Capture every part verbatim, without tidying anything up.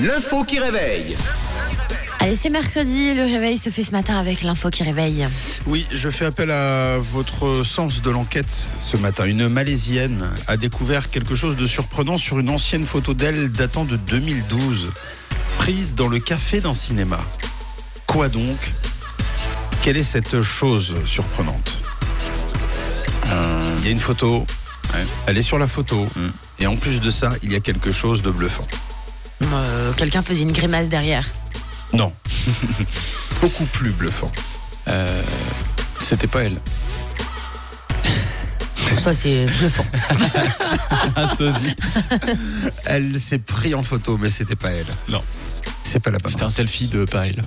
L'info qui réveille. Allez, c'est mercredi, le réveil se fait ce matin avec l'info qui réveille. Oui, je fais appel à votre sens de l'enquête ce matin. Une Malaisienne a découvert quelque chose de surprenant sur une ancienne photo d'elle datant de deux mille douze, prise dans le café d'un cinéma. Quoi donc ? Quelle est cette chose surprenante ? euh, Il y a une photo, ouais. Elle est sur la photo, mm. Et en plus de ça, il y a quelque chose de bluffant. Euh, quelqu'un faisait une grimace derrière. Non, beaucoup plus bluffant. Euh, c'était pas elle. Ça, c'est bluffant. Un sosie. Elle s'est pris en photo, mais c'était pas elle. Non. C'est pas la bonne. C'était un selfie de pas elle.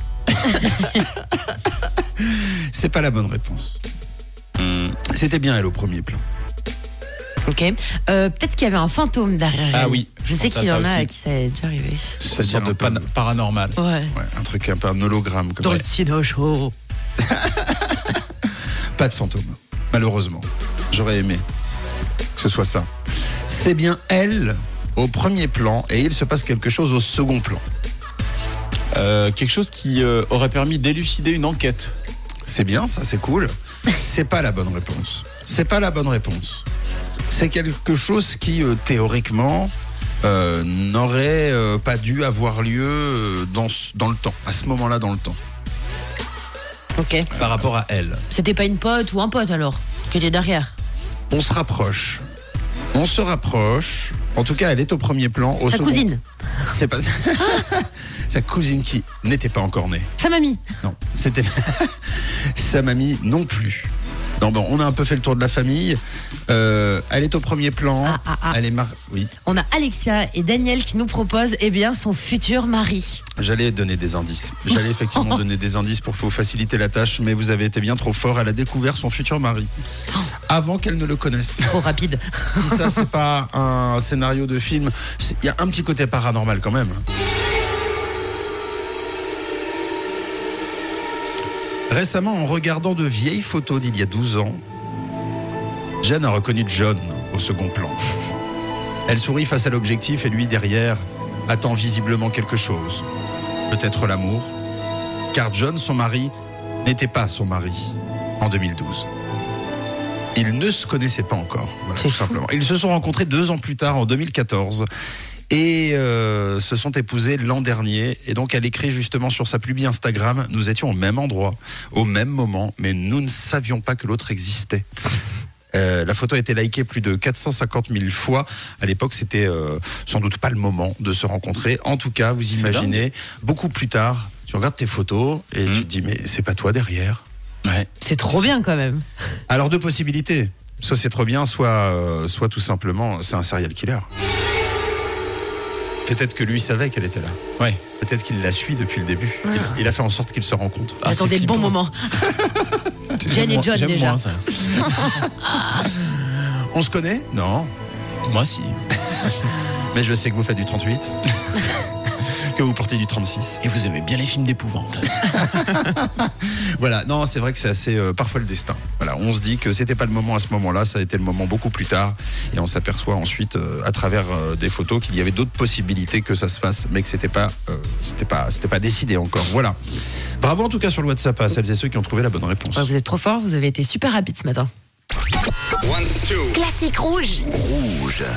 C'est pas la bonne réponse. Mmh. C'était bien elle au premier plan. Ok. Euh, peut-être qu'il y avait un fantôme derrière elle. Ah oui. Je sais ça, qu'il y ça en a aussi. à qui ça est déjà arrivé. C'est Une sorte de pan- paranormal. Ouais. Ouais, un truc un peu un hologramme. Comme Dans ça. le Cino Show. Pas de fantôme, malheureusement. J'aurais aimé que ce soit ça. C'est bien elle au premier plan et il se passe quelque chose au second plan. Euh, quelque chose qui euh, aurait permis d'élucider une enquête. C'est bien, ça, c'est cool. C'est pas la bonne réponse. C'est pas la bonne réponse. C'est quelque chose qui, euh, théoriquement, euh, n'aurait euh, pas dû avoir lieu euh, dans, dans le temps, à ce moment-là dans le temps, Ok. par rapport à elle. C'était pas une pote ou un pote alors qui était derrière. On se rapproche. On se rapproche. En tout cas, elle est au premier plan. Au Sa second... cousine. C'est pas ça. Sa cousine qui n'était pas encore née. Sa mamie. Non, c'était sa mamie non plus. Non, bon, on a un peu fait le tour de la famille. Euh, elle est au premier plan. Ah, ah, ah. Elle est mar... Oui. On a Alexia et Daniel qui nous proposent eh bien, son futur mari. J'allais donner des indices. J'allais effectivement donner des indices pour vous faciliter la tâche, mais vous avez été bien trop fort. Elle a découvert son futur mari avant qu'elle ne le connaisse. Trop rapide. Si ça, c'est pas un scénario de film, il y a un petit côté paranormal quand même. Récemment, en regardant de vieilles photos d'il y a douze ans, Jen a reconnu John au second plan. Elle sourit face à l'objectif et lui, derrière, attend visiblement quelque chose. Peut-être l'amour, car John, son mari, n'était pas son mari en deux mille douze. Ils ne se connaissaient pas encore, voilà, C'est tout fou. simplement. Ils se sont rencontrés deux ans plus tard, en deux mille quatorze. Et euh, se sont épousés l'an dernier. Et donc elle écrit justement sur sa pubie Instagram: nous étions au même endroit, au même moment, mais nous ne savions pas que l'autre existait. Euh, la photo a été likée plus de quatre cent cinquante mille fois. À l'époque, c'était euh, sans doute pas le moment de se rencontrer. En tout cas, vous C'est imaginez, dingue. beaucoup plus tard, tu regardes tes photos et Mmh. tu te dis, mais c'est pas toi derrière. Ouais. C'est trop bien quand même. Alors deux possibilités. Soit c'est trop bien, soit, euh, soit tout simplement, c'est un serial killer. Peut-être que lui savait qu'elle était là. Ouais. Peut-être qu'il la suit depuis le début. Il, il a fait en sorte qu'ils se rencontrent. Ah, Attendez c'est le bon flippant, moment. ça. Jen et J'aime John, moins- déjà. J'aime moins ça. On se connaît ? Non. Moi, si. Mais je sais que vous faites du trente-huit. Que vous portez du trente-six. Et vous aimez bien les films d'épouvante. Voilà, non, c'est vrai que c'est assez euh, parfois le destin. Voilà, on se dit que c'était pas le moment à ce moment-là, ça a été le moment beaucoup plus tard, et on s'aperçoit ensuite euh, à travers euh, des photos qu'il y avait d'autres possibilités que ça se fasse, mais que c'était pas, euh, c'était pas, c'était pas décidé encore. Voilà. Bravo en tout cas sur le WhatsApp à celles et ceux qui ont trouvé la bonne réponse. Ouais, vous êtes trop fort, vous avez été super rapide ce matin. One, two. Classique rouge. Rouge.